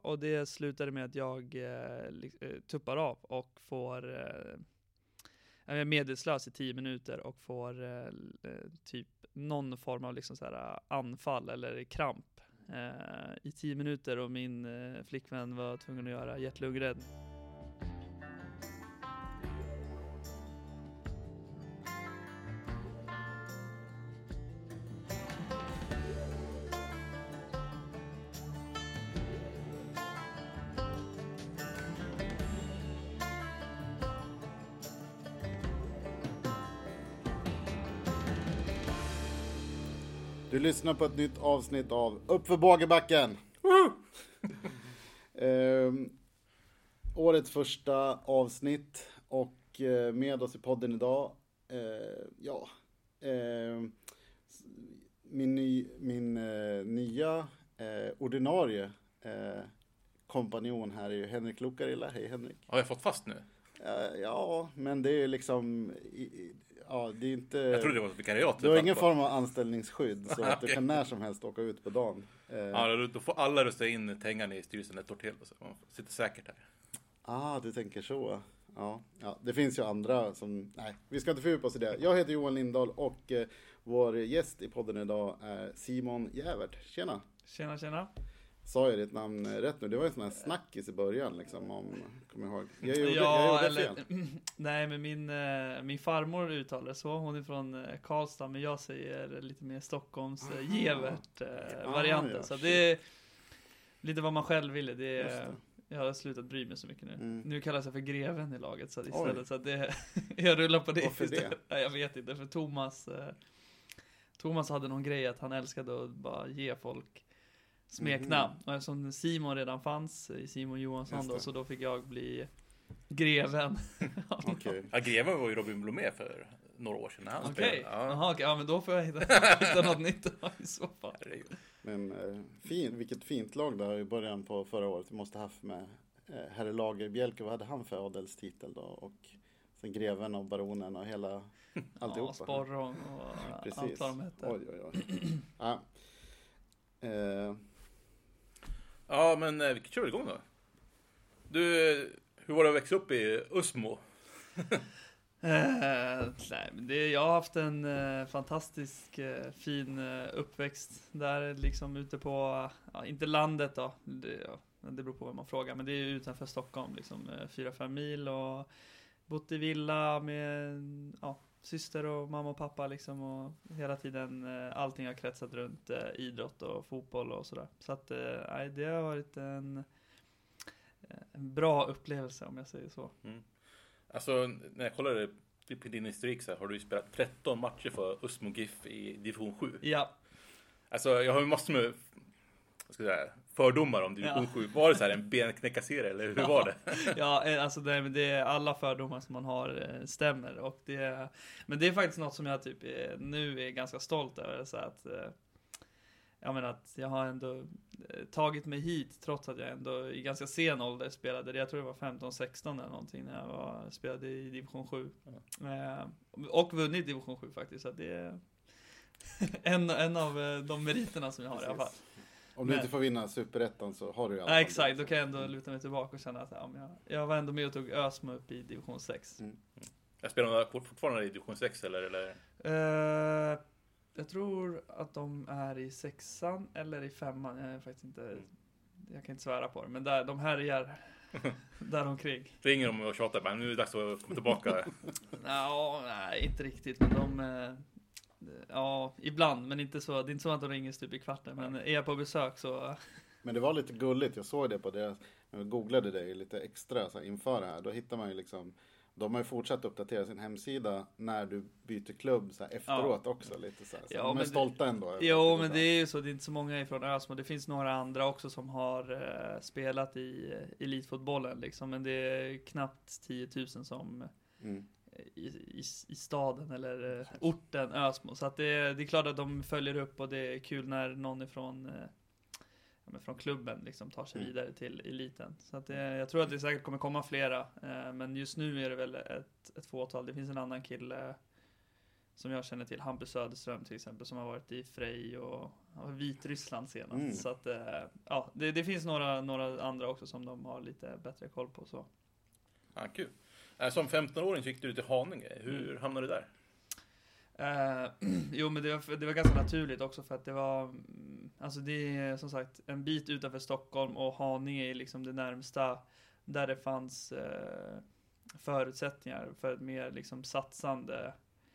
Och det slutade med att jag tuppar av och får jag är medvetslös i 10 minuter och får typ någon form av liksom så här anfall eller kramp i 10 minuter, och min flickvän var tvungen att göra hjärt-lungräddning. Du lyssnar på ett nytt avsnitt av Uppför Bågebacken. Årets första avsnitt, och med oss i podden idag min nya ordinarie kompanjon här är ju Henrik Lukarilla. Hej Henrik. Har jag fått fast nu? Ja, men det är liksom det är inte. Jag trodde det var ett vikariat. Du har ingen form av anställningsskydd, så att du kan när som helst åka ut på dagen. Ja, då får alla rösta in Tengan i styrelsen ett år till, så man sitter säkert här. Du tänker så. Ja, det finns ju andra som. Nej, vi ska inte fördjupa oss i det. Jag heter Johan Lindahl och vår gäst i podden idag är Simon Jävert. Tjena. Tjena. Sa jag ditt namn rätt nu? Det var ju sån här snackis i början liksom, om kommer ihåg. Jag gjorde fel. Nej, men min farmor uttalar det så. Hon är från Karlstad, men jag säger lite mer Stockholms Jävert varianten. Så det är lite vad man själv ville. Jag har slutat bry mig så mycket nu. Nu kallas jag för greven i laget, så istället så att jag rullar på det. Varför det? Jag vet inte, för Thomas hade någon grej att han älskade att bara ge folk smeknamn. Och eftersom Simon redan fanns i Simon Johansson då, så då fick jag bli greven. Okay. Ja, greven var ju Robin Blomé för några år sedan. Okej, ja, men då får jag hitta något nytt i så fall. Men vilket fint lag där i början på förra året. Vi måste haft med herr Lager Bjälke. Vad hade han för adelstitel då? Och sen greven och baronen och hela alltihopa. Ja, Sporrong och precis. Allt vad de hette. Oj. Ja, men vi kör igång då. Du, hur var det att växa upp i Ösmo? Nej, men jag har haft en fantastisk fin uppväxt där, liksom ute på, inte landet då, det beror på vad man frågar, men det är utanför Stockholm, liksom 4-5 mil, och bott i villa med syster och mamma och pappa liksom, och hela tiden allting har kretsat runt idrott och fotboll och sådär. Så att det har varit en bra upplevelse, om jag säger så. Alltså, när jag kollade på din historik så har du spelat 13 matcher för Ösmo GIF i division 7. Ja. Alltså, jag har ju massor med fördomar om division 7. Var det så här en benknäckarserie, eller hur var det? Ja, alltså det är alla fördomar som man har stämmer, och men det är faktiskt något som jag nu är ganska stolt över, så att jag menar att jag har ändå tagit mig hit, trots att jag ändå i ganska sen ålder spelade. Jag tror det var 15-16 eller någonting när jag spelade i division 7. Och vunnit division 7 faktiskt, så det är en av de meriterna som jag har. Precis. I alla fall. Om du inte får vinna Superettan så har du ju alla. Ja, exakt, då kan jag ändå luta mig tillbaka och känna att jag var ändå med och tog Ösmo upp i division 6. Jag spelar fortfarande i division 6 eller? Jag tror att de är i 6:an eller i 5:an. Jag är faktiskt inte, jag kan inte svära på det, men de härjar där omkring. Ringer de och tjatar, men nu är det dags att komma tillbaka. Nej, inte riktigt, men ibland, men inte så. Det är inte så att de ringer stup i kvarten, men är jag på besök så. Men det var lite gulligt, jag såg det på deras, när jag googlade det lite extra så här, inför det här, då hittar man ju liksom, de har ju fortsatt uppdatera sin hemsida när du byter klubb så här, efteråt också lite så här. Så de är stolta ändå. Jo, men det är ju så, det är inte så många ifrån Ösmo. Det finns några andra också som har spelat i elitfotbollen liksom, men det är knappt 10 000 som i staden eller orten Ösmo. Så att det är klart att de följer upp, och det är kul när någon ifrån från klubben liksom tar sig vidare till eliten. Så att jag tror att det säkert kommer komma flera, men just nu är det väl ett fåtal. Det finns en annan kille som jag känner till, Hampus Söderström till exempel, som har varit i Frej och Vitryssland senast. Så att, det finns några andra också som de har lite bättre koll på. Så. Ja, kul. Som 15-åring så gick du till Haninge. Hur hamnade du där? Jo, men det var ganska naturligt också, för att det var, alltså det är som sagt en bit utanför Stockholm, och Haninge är liksom det närmsta där det fanns förutsättningar för ett mer liksom satsande,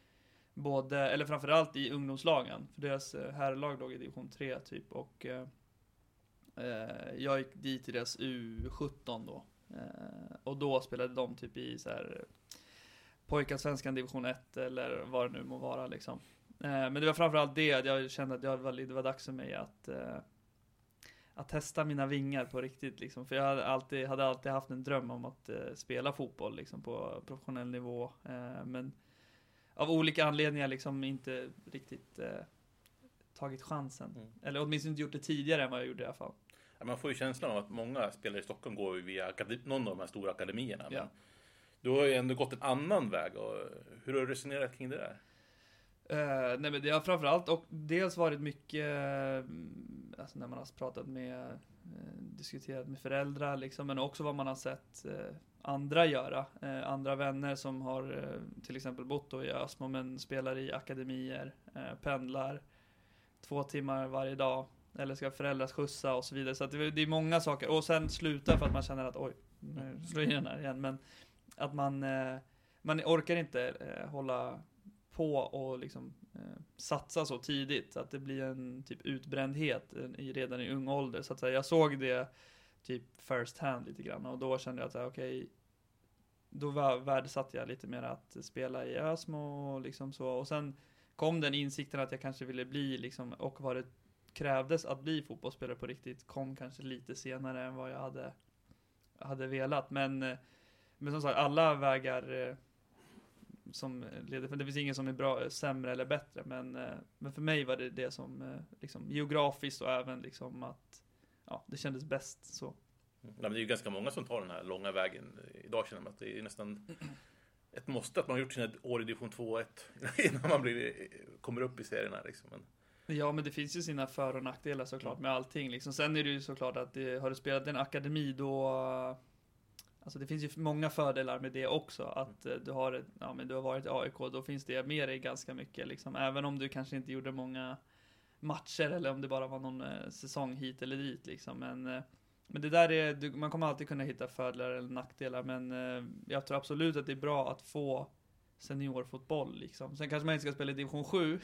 eller framförallt i ungdomslagen, för deras herrlag låg i division 3 typ, och jag gick dit till deras U17 då, och då spelade de typ i så här pojkarsvenskan division 1 eller vad det nu må vara liksom. Men det var framförallt det att jag kände att det var dags för mig att testa mina vingar på riktigt liksom. För jag hade alltid haft en dröm om att spela fotboll liksom på professionell nivå, men av olika anledningar liksom inte riktigt tagit chansen. Eller åtminstone inte gjort det tidigare än vad jag gjorde i alla fall. Ja, man får ju känslan av att många spelare i Stockholm går via någon av de här stora akademierna. Ja. Men du har ju ändå gått en annan väg. Och hur har du resonerat kring det där? Nej, men det har framförallt och dels varit mycket alltså när man har pratat med diskuterat med föräldrar liksom, men också vad man har sett andra göra, andra vänner som har till exempel bott i Ösmo men spelar i akademier, pendlar 2 timmar varje dag eller ska föräldrar skjutsa och så vidare, så att det är många saker, och sen sluta för att man känner att oj, nu slår jag den här igen, men att man orkar inte hålla på och liksom satsa så tidigt att det blir en typ utbrändhet redan i ung ålder, så att säga. Jag såg det typ first hand lite grann, och då kände jag att okej, då värdesatte jag lite mer att spela i Ösmo och liksom så, och sen kom den insikten att jag kanske ville bli liksom, och vad det krävdes att bli fotbollsspelare på riktigt kom kanske lite senare än vad jag hade velat, men som sagt, alla vägar som leder, för det finns ingen som är bra, sämre eller bättre, men för mig var det som liksom geografiskt och även liksom att det kändes bäst så. Ja, men det är ju ganska många som tar den här långa vägen. Idag känner man att det är nästan ett måste att man har gjort sina år i division 2 och 1 innan man kommer upp i serierna liksom. Ja, men det finns ju sina för- och nackdelar såklart med allting liksom. Sen är det ju såklart att har du spelat en akademi då, alltså det finns ju många fördelar med det också, att du har varit i AIK, då finns det med dig ganska mycket liksom, även om du kanske inte gjorde många matcher eller om det bara var någon säsong hit eller dit liksom, men det där man kommer alltid kunna hitta fördelar eller nackdelar, men jag tror absolut att det är bra att få seniorfotboll liksom. Sen kanske man inte ska spela i division 7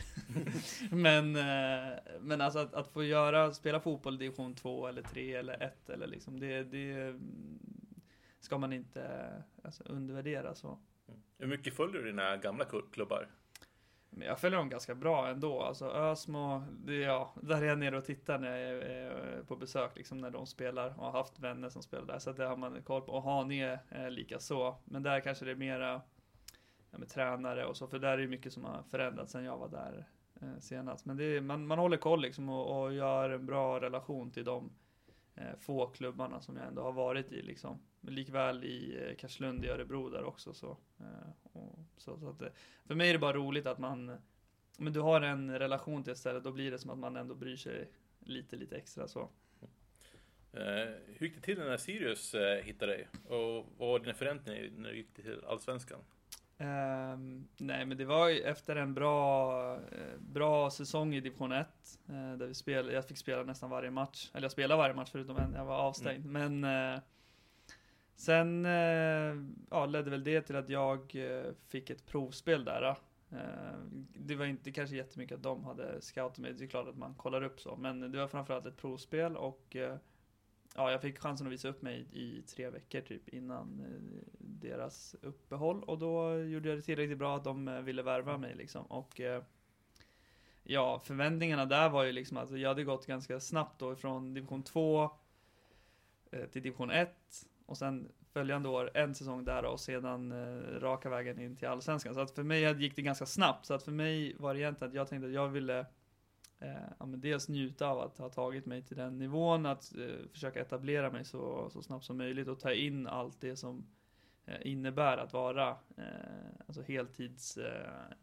men alltså att få spela fotboll i division 2 eller 3 eller 1 eller liksom, det ska man inte undervärdera så. Hur mycket följer du dina gamla klubbar? Men jag följer dem ganska bra ändå. Alltså Ösmo, där är jag nere och tittar när jag är på besök liksom, när de spelar, och har haft vänner som spelar där, så det har man koll på. Och Haninge lika så. Men där kanske det är mera med tränare och så, för där är det mycket som har förändrats sen jag var där senast. Men man håller koll liksom, och gör en bra relation till de få klubbarna som jag ändå har varit i liksom. Men likväl i Karlslund i Örebro där också så att för mig är det bara roligt att men du har en relation till ett ställe, då blir det som att man ändå bryr sig lite extra så. Hur gick det till när Sirius hittade dig? Och vad var dina förväntningar när du gick till Allsvenskan? Nej, men det var ju efter en bra säsong i division 1 där jag fick spela nästan varje match, eller jag spelade varje match förutom en, jag var avstängd, men sen ledde väl det till att jag fick ett provspel där. Det var inte kanske jättemycket att de hade scoutat mig, det är klart att man kollar upp så, men det var framförallt ett provspel, och jag fick chansen att visa upp mig i 3 veckor typ innan deras uppehåll, och då gjorde jag det tillräckligt bra att de ville värva mig liksom, och förväntningarna där var ju liksom att jag hade gått ganska snabbt då från division 2 till division 1, och sen följande år en säsong där, och sedan raka vägen in till Allsvenskan. Så att för mig gick det ganska snabbt, så att för mig var det egentligen att jag tänkte att jag ville dels njuta av att ha tagit mig till den nivån, att försöka etablera mig så snabbt som möjligt och ta in allt det som innebär att vara heltids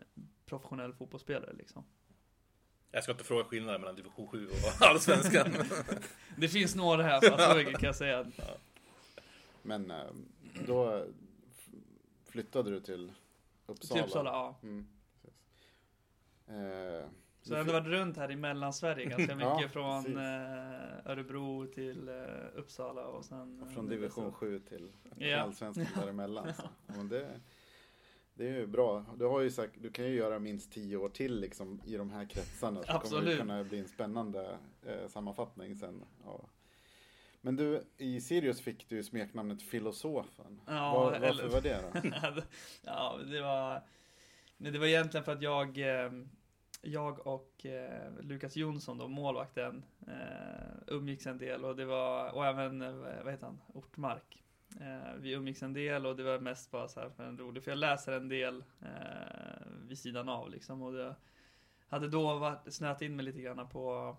professionell fotbollsspelare liksom. Jag ska inte fråga skillnaden mellan division 7 och allsvenskan. Det finns några här, så kan jag säga. Ja. Men då flyttade du till Uppsala? Till Uppsala, ja. Så jag hade varit runt här i Mellansverige ganska mycket, från Örebro till Uppsala och sen... Från division 7 till allsvenskan däremellan. Ja. Men det är ju bra. Du har ju sagt, du kan ju göra minst 10 år till liksom, i de här kretsarna. Så absolut. kommer det kunna bli en spännande sammanfattning sen. Ja. Men du, i Sirius fick du smeknamnet Filosofen. Ja, varför var det då? Ja, det var egentligen för att jag och Lukas Jonsson då, målvakten, umgicks en del, och även Ortmark. Vi umgicks en del, och det var mest bara så här för en rolig, för jag läser en del vid sidan av liksom, och det hade då snöat in mig lite grann på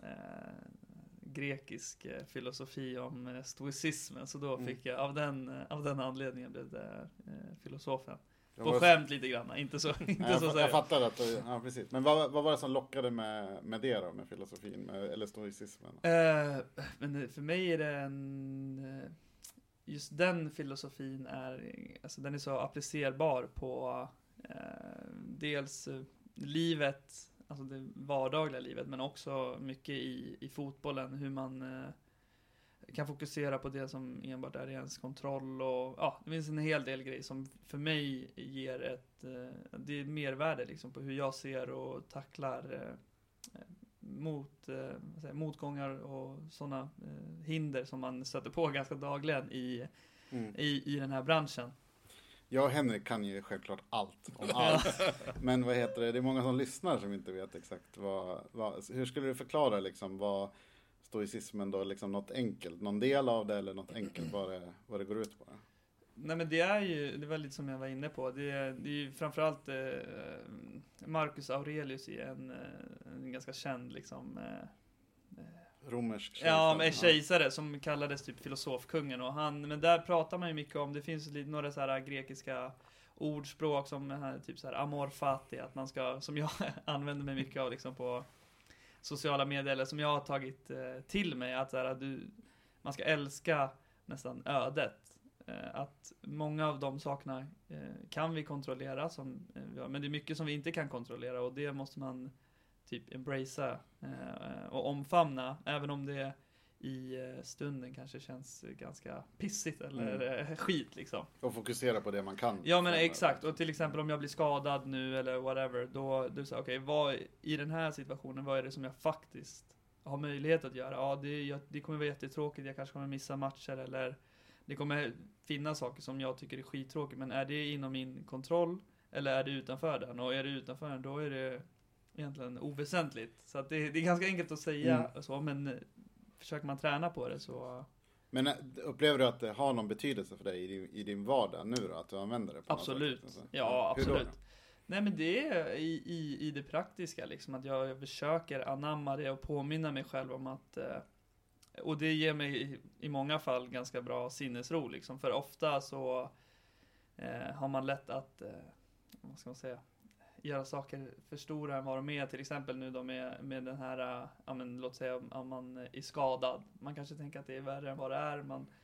grekisk filosofi om stoicismen, så då fick jag av den anledningen blev det filosofen. På skämt lite grann, inte så jag fattar att ja, precis. Men vad var det som lockade med det då, med filosofin eller stoicismen? Men för mig är det just den filosofin alltså den är så applicerbar på dels livet, alltså det vardagliga livet, men också mycket i fotbollen, hur man kan fokusera på det som enbart är ens kontroll, och det finns en hel del grejer som för mig ger det är mervärde liksom på hur jag ser och tacklar motgångar och sådana hinder som man stöter på ganska dagligen i den här branschen. Jag och Henrik kan ju självklart allt om allt. Men det är många som lyssnar som inte vet exakt hur skulle du förklara liksom vad stoicismen då, liksom något enkelt, någon del av det eller något enkelt vad det går ut på? Nej, men det var lite som jag var inne på. Det är ju framförallt Marcus Aurelius är en ganska känd liksom romersk kejsare. Ja, men kejsare som kallades typ filosofkungen, och men där pratar man ju mycket om, det finns några så här grekiska ordspråk som här, typ så här amor fati, att man ska, som jag använder mig mycket av liksom på sociala medier, eller som jag har tagit till mig, att så här, man ska älska nästan ödet. Att många av de sakerna kan vi kontrollera, men det är mycket som vi inte kan kontrollera, och det måste man typ embracea och omfamna, även om det i stunden kanske känns ganska pissigt eller skit liksom. Och fokusera på det man kan. Ja, men exakt. Och till exempel om jag blir skadad nu eller whatever, då du säger okej, i den här situationen, vad är det som jag faktiskt har möjlighet att göra? Ja, det kommer vara jättetråkigt, jag kanske kommer missa matcher, eller det kommer finnas saker som jag tycker är skittråkigt, men är det inom min kontroll eller är det utanför den? Och är det utanför den, då är det egentligen oväsentligt. Så att det är ganska enkelt att säga så, men försöker man träna på det så... Men upplever du att det har någon betydelse för dig i din vardag nu då, att du använder det på absolut. något sätt? Ja, absolut. Nej, men det är i det praktiska liksom, att jag försöker anamma det och påminna mig själv om att och det ger mig i många fall ganska bra sinnesro liksom, för ofta så har man lätt att vad ska man säga, göra saker för stora än vad de är. Till exempel nu då med den här, låt säga om man är skadad. Man kanske tänker att det är värre än vad det är.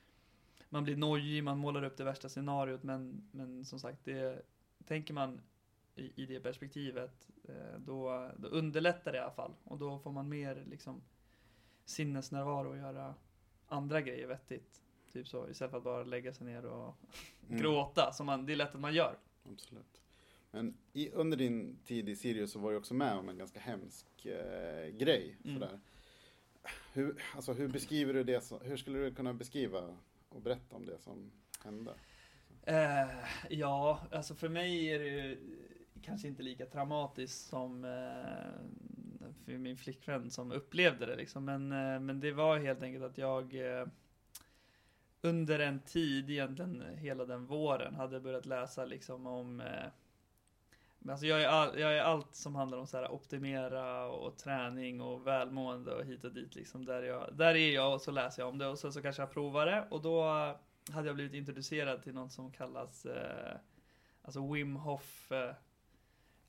Man blir nojig, man målar upp det värsta scenariot. Men som sagt, tänker man i det perspektivet, då underlättar det i alla fall. Och då får man mer liksom sinnesnärvaro och göra andra grejer vettigt. Typ så, istället för att bara lägga sig ner och gråta. Det är lätt att man gör. Absolut. Men under din tid i Sirius så var du också med om en ganska hemsk grej. Sådär. Hur beskriver du det? Hur skulle du kunna beskriva och berätta om det som hände? Ja, alltså för mig är det kanske inte lika traumatiskt som för min flickvän som upplevde det liksom. Men det var helt enkelt att jag under en tid, egentligen hela den våren, hade börjat läsa liksom om alltså jag är allt som handlar om så här optimera och träning och välmående och hit och dit liksom, där är jag, och så läser jag om det, och så kanske jag provar det, och då hade jag blivit introducerad till något som kallas alltså Wim Hof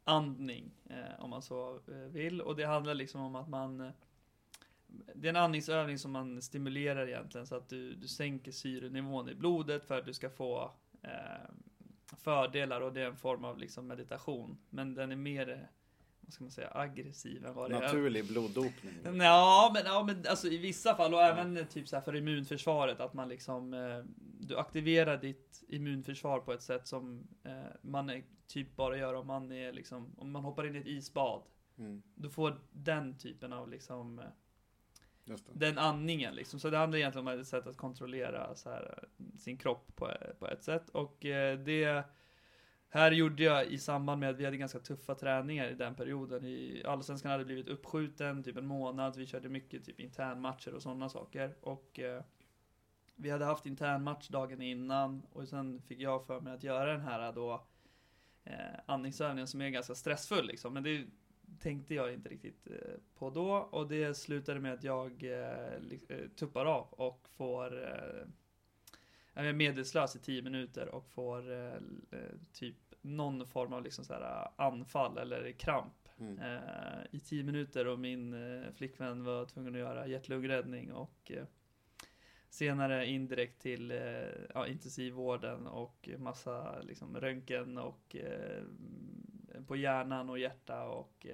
andning, om man så vill. Och det handlar liksom om att det är en andningsövning som man stimulerar egentligen så att du sänker syrenivån i blodet för att du ska få fördelar, och det är en form av liksom meditation. Men den är mer, vad ska man säga, aggressiv än vad det är. Naturlig bloddopning. Ja, men alltså i vissa fall, och även typ så här för immunförsvaret, att man liksom du aktiverar ditt immunförsvar på ett sätt som man typ bara gör om man är liksom, om man hoppar in i ett isbad. Du får den typen av liksom den andningen liksom. Så det handlar egentligen om ett sätt att kontrollera så här, sin kropp på ett sätt. Och det här gjorde jag i samband med att vi hade ganska tuffa träningar i den perioden. Allsvenskan hade blivit uppskjuten typ en månad. Vi körde mycket typ internmatcher och sådana saker. Och vi hade haft internmatch dagen innan. Och sen fick jag för mig att göra den här då andningsövningen som är ganska stressfull liksom. Men det tänkte jag inte riktigt på då. Och det slutade med att jag tuppar av och får jag är medvetslös i 10 minuter och får typ någon form av liksom så här anfall eller kramp i 10 minuter, och min flickvän var tvungen att göra hjärt-lungräddning och senare indirekt till intensivvården och massa liksom röntgen och på hjärnan och hjärta och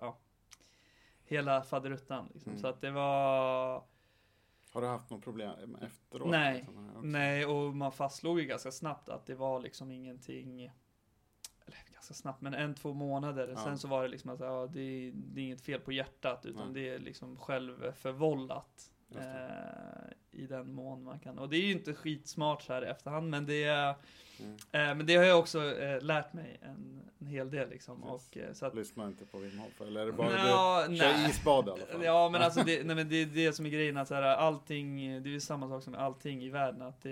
hela faderuttan liksom. Så att det var... Har du haft något problem efteråt? Nej, och man fastslog ju ganska snabbt att det var liksom ingenting, eller ganska snabbt, men 1-2 månader. Sen så var det liksom att det är inget fel på hjärtat, utan det är liksom självförvållat i den mån man kan. Och det är ju inte skitsmart så här i efterhand, men det är men det har jag också lärt mig en hel del liksom. Och, så att, lyssnar inte på Wim Hof, eller är det bara du kör isbad i alla fall? Ja, men alltså det är det som är grejen, att så här, allting, det är ju samma sak som allting i världen, att det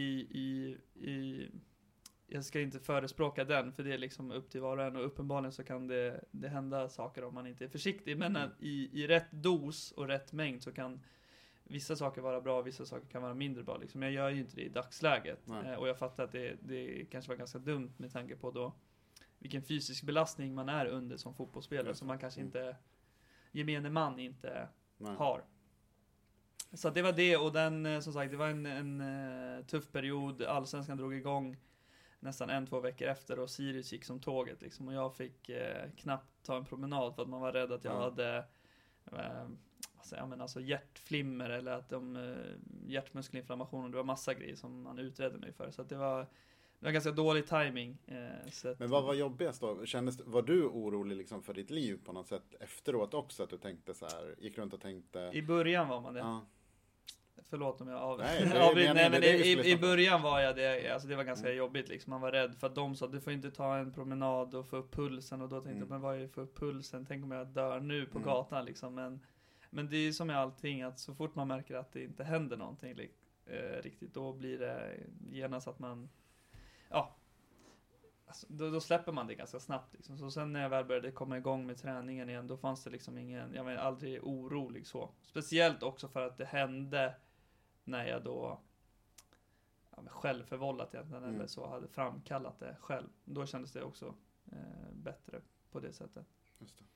är jag ska inte förespråka den, för det är liksom upp till var och en, och uppenbarligen så kan det hända saker om man inte är försiktig, men i rätt dos och rätt mängd så kan vissa saker vara bra, vissa saker kan vara mindre bra liksom. Jag gör ju inte det i dagsläget. Och jag fattar att det kanske var ganska dumt med tanke på då vilken fysisk belastning man är under som fotbollsspelare, som man kanske inte, gemene man inte har. Så det var det, och den, som sagt, det var en tuff period. Allsvenskan drog igång nästan 1-2 veckor efter, och Sirius gick som tåget liksom, och jag fick knappt ta en promenad för att man var rädd att jag hade alltså hjärtflimmer, eller att hjärtmuskelinflammation, och det var massa grejer som man utredde mig för, så att det var ganska dålig timing. Men vad var jobbigast då? Var du orolig liksom för ditt liv på något sätt efteråt också, att du tänkte så här, gick runt och tänkte? I början var man det. Ja. Förlåt om jag i början var jag det, alltså det var ganska jobbigt liksom. Man var rädd för att de sa, du får inte ta en promenad och få upp pulsen, och då tänkte jag, men vad är det för upp pulsen? Tänk om jag dör nu på gatan liksom. Men det är som med allting, att så fort man märker att det inte händer någonting riktigt, då blir det genast att man alltså, då släpper man det ganska snabbt liksom. Så sen när jag väl började komma igång med träningen igen, då fanns det liksom jag var aldrig orolig så. Speciellt också för att det hände när jag då självförvållat egentligen, eller så hade framkallat det själv. Då kändes det också bättre på det sättet. Just det.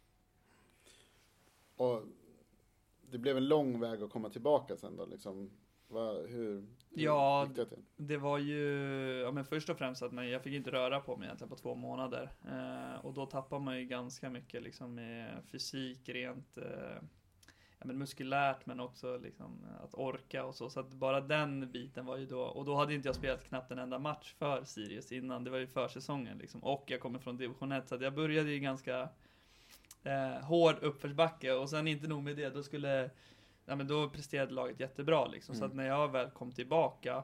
Och det blev en lång väg att komma tillbaka sen då liksom. Hur gick det till? Det var ju, men först och främst att jag fick inte röra på mig egentligen på 2 månader. Och då tappar man ju ganska mycket liksom med fysik, rent muskulärt, men också liksom att orka och så. Så att bara den biten var ju då, och då hade inte jag spelat knappt en enda match för Sirius innan. Det var ju försäsongen liksom. Och jag kommer från division 1, så att jag började ju ganska hård uppförsbacke, och sen inte nog med det, då presterade laget jättebra liksom. Så att när jag väl kom tillbaka,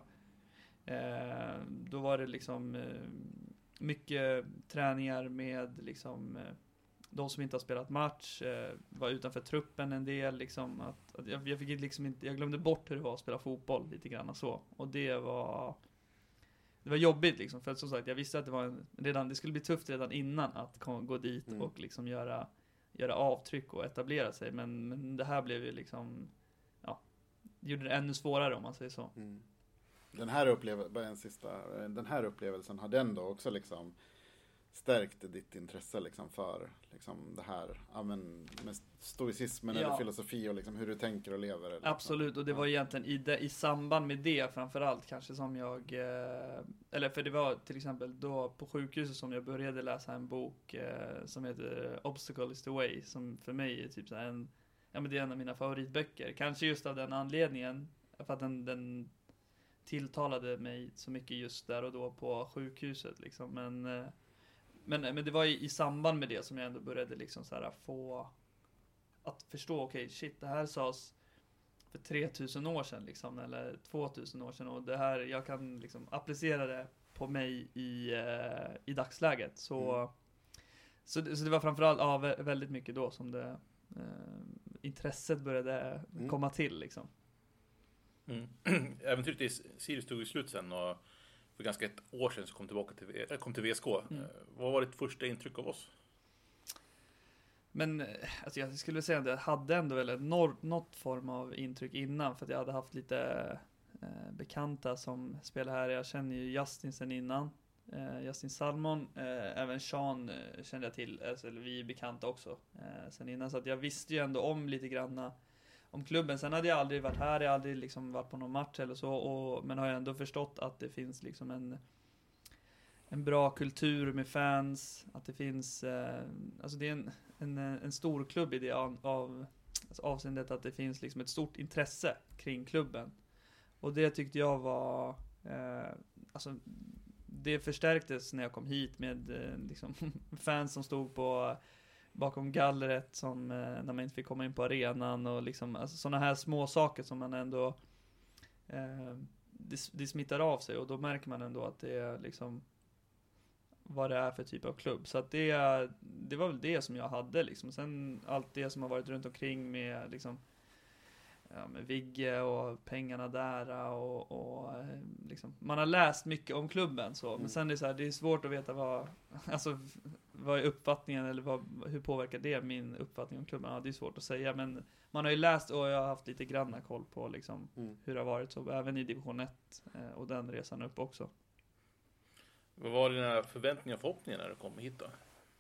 då var det liksom mycket träningar med liksom de som inte har spelat match, var utanför truppen en del liksom, att jag fick liksom inte, jag glömde bort hur det var att spela fotboll lite grann så, och det var jobbigt liksom, för att som sagt, jag visste att det skulle bli tufft redan innan att gå dit och liksom göra avtryck och etablera sig, men det här blev ju liksom gjorde det ännu svårare, om man säger så. Den här upplevelsen, har den då också liksom stärkt ditt intresse liksom för liksom det här med stoicismen eller filosofi och liksom hur du tänker och lever? Eller absolut, och det var egentligen i samband med det framförallt kanske som jag eller för det var till exempel då på sjukhuset som jag började läsa en bok som heter Obstacle is the Way, som för mig är typ så här det är en av mina favoritböcker, kanske just av den anledningen för att den tilltalade mig så mycket just där och då på sjukhuset liksom. Men det var i samband med det som jag ändå började liksom så här få att förstå, okej, shit, det här sades för 3000 år sedan liksom, eller 2000 år sedan, och det här, jag kan liksom applicera det på mig i dagsläget. Så det var framförallt väldigt mycket då som det intresset började komma till liksom. Äventyret i Sirius tog ju slut sen, och för ganska ett år sedan så kom till VSK. Vad var ditt första intryck av oss? Men alltså jag skulle säga att jag hade ändå väl något form av intryck innan, för att jag hade haft lite bekanta som spelar här. Jag känner ju Justin sen innan, Justin Salmon, även Sean kände jag till, alltså, vi är bekanta också sen innan, så att jag visste ju ändå om lite granna om klubben. Sen hade jag aldrig varit här, jag hade aldrig liksom varit på någon match eller så, men har jag ändå förstått att det finns liksom en bra kultur med fans, att det finns alltså det är en stor klubb i det avseendet att det finns liksom ett stort intresse kring klubben, och det tyckte jag var alltså det förstärktes när jag kom hit med liksom fans som stod bakom gallret som när man inte fick komma in på arenan, och liksom alltså såna här små saker som man ändå det smittar av sig, och då märker man ändå att det är liksom vad det är för typ av klubb. Så att det var väl det som jag hade liksom. Sen allt det som har varit runt omkring med liksom med Vigge och pengarna där och liksom, man har läst mycket om klubben så, men sen är det så här, det är svårt att veta vad är uppfattningen, eller hur påverkar det min uppfattning om klubben. Ja, det är svårt att säga, men man har ju läst, och jag har haft lite granna koll på liksom hur det har varit så, även i division 1 och den resan upp också. Vad var dina förväntningar och förhoppningar när du kom hit då?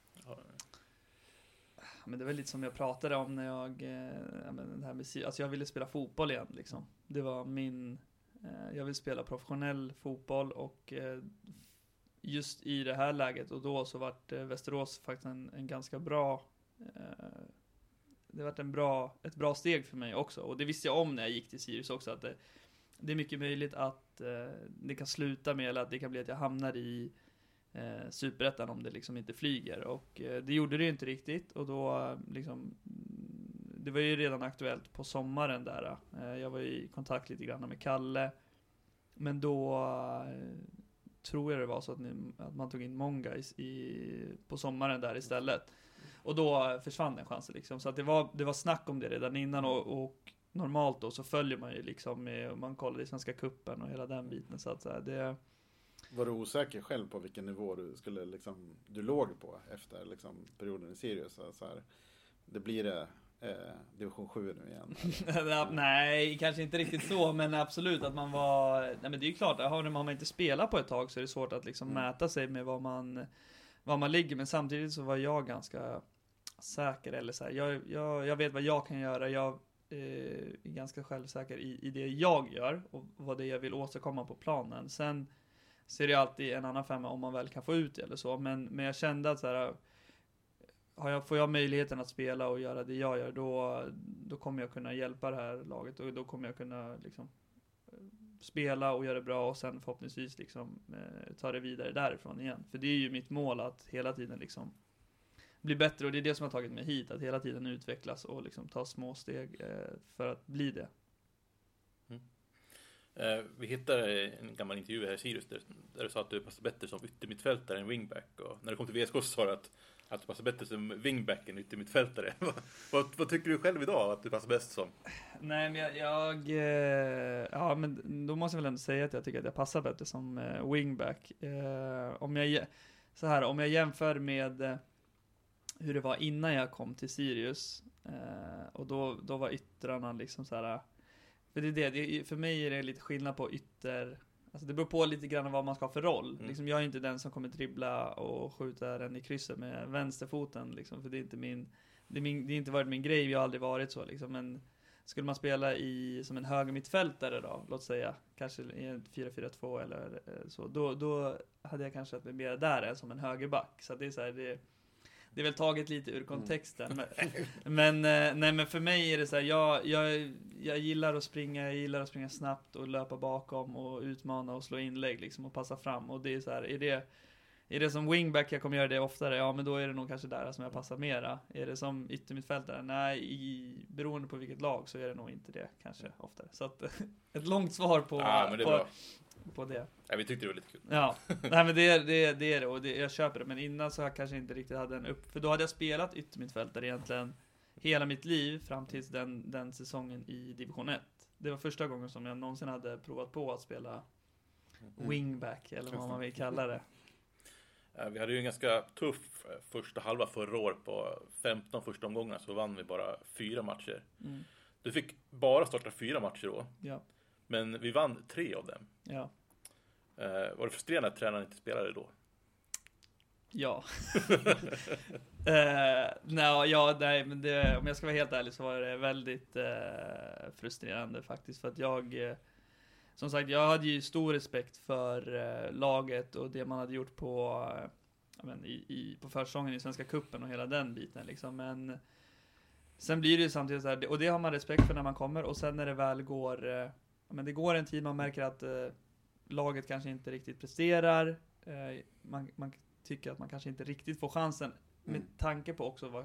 Men det var lite som jag pratade om när det här med, alltså jag ville spela fotboll igen liksom. Det var jag vill spela professionell fotboll, och just i det här läget och då så vart Västerås faktiskt en ganska bra det vart ett bra steg för mig också, och det visste jag om när jag gick till Sirius också, att det är mycket möjligt att det kan sluta med, eller att det kan bli att jag hamnar i Superettan om det liksom inte flyger, och det gjorde det ju inte riktigt, och då liksom det var ju redan aktuellt på sommaren där. Jag var i kontakt lite grann med Kalle, men då tror jag det var så att man tog in Monga på sommaren där istället, och då försvann den chansen liksom, så att det var snack om det redan innan, och normalt då så följer man ju liksom med, man kollar i Svenska cupen och hela den biten, så att det. Var du osäker själv på vilken nivå du låg på efter liksom perioden i Sirius, så här, det blir division 7 nu igen? Nej, kanske inte riktigt så, men absolut att man var, nej men det är ju klart, har man inte spelat på ett tag så är det svårt att liksom mäta sig med vad man ligger, men samtidigt så var jag ganska säker, eller så här, jag vet vad jag kan göra, jag är ganska självsäker i det jag gör och vad det jag vill åstadkomma på planen. Sen så är det alltid en annan femma om man väl kan få ut det eller så, men jag kände att så här, får jag möjligheten att spela och göra det jag gör, då kommer jag kunna hjälpa det här laget, och då kommer jag kunna liksom spela och göra det bra, och sen förhoppningsvis liksom ta det vidare därifrån igen. För det är ju mitt mål att hela tiden liksom bli bättre, och det är det som har tagit mig hit, att hela tiden utvecklas och liksom ta små steg för att bli det. Vi hittade en gammal intervju här i Sirius där du sa att du passar bättre som yttermittfältare än wingback, och när du kom till VSK så sa du att du passar bättre som wingback än yttermittfältare. Vad tycker du själv idag att du passar bäst som? Nej, men ja, men då måste jag väl ändå säga att jag tycker att jag passar bättre som wingback. Om jag jämför med hur det var innan jag kom till Sirius, och då var yttrarna liksom så här. För för mig är det lite skillnad på alltså det beror på lite grann vad man ska ha för roll. Liksom, jag är inte den som kommer dribbla och skjuta den i krysset med vänsterfoten liksom, för det är inte det är inte varit min grej, jag har aldrig varit så liksom. Men skulle man spela som en höger mittfältare då, låt säga, kanske i en 4-4-2 eller så, då hade jag kanske varit mer där än som en högerback. Så det är så här, det är väl taget lite ur kontexten. Men för mig är det så här, jag gillar att springa snabbt och löpa bakom och utmana och slå inlägg liksom, och passa fram. Och det är så här, är det som wingback jag kommer göra det oftare, ja men då är det nog kanske där som jag passar mera. Är det som yttermittfältare? Nej, beroende på vilket lag så är det nog inte det kanske oftare. Så att ett långt svar på det. Ja, vi tyckte det var lite kul. Ja, nej men det är det, och jag köper det. Men innan så jag kanske inte riktigt hade för då hade jag spelat yttermittfältare egentligen hela mitt liv fram tills den säsongen i division 1. Det var första gången som jag någonsin hade provat på att spela wingback, eller vad man vill kalla det. Vi hade ju en ganska tuff första halva förra år. På 15 första omgångarna så vann vi bara 4 matcher. Du fick bara starta 4 matcher då. Ja. Men vi vann 3 av dem. Ja. Var det frustrerande att tränaren inte spelade då? Ja. Nej, men om jag ska vara helt ärlig så var det väldigt frustrerande faktiskt. För att som sagt, jag hade ju stor respekt för laget och det man hade gjort på försäsongen i Svenska Cupen och hela den biten liksom. Men sen blir det ju samtidigt så här, och det har man respekt för när man kommer, och sen när det väl går det går en tid man märker att laget kanske inte riktigt presterar, man tycker att man kanske inte riktigt får chansen med tanke på också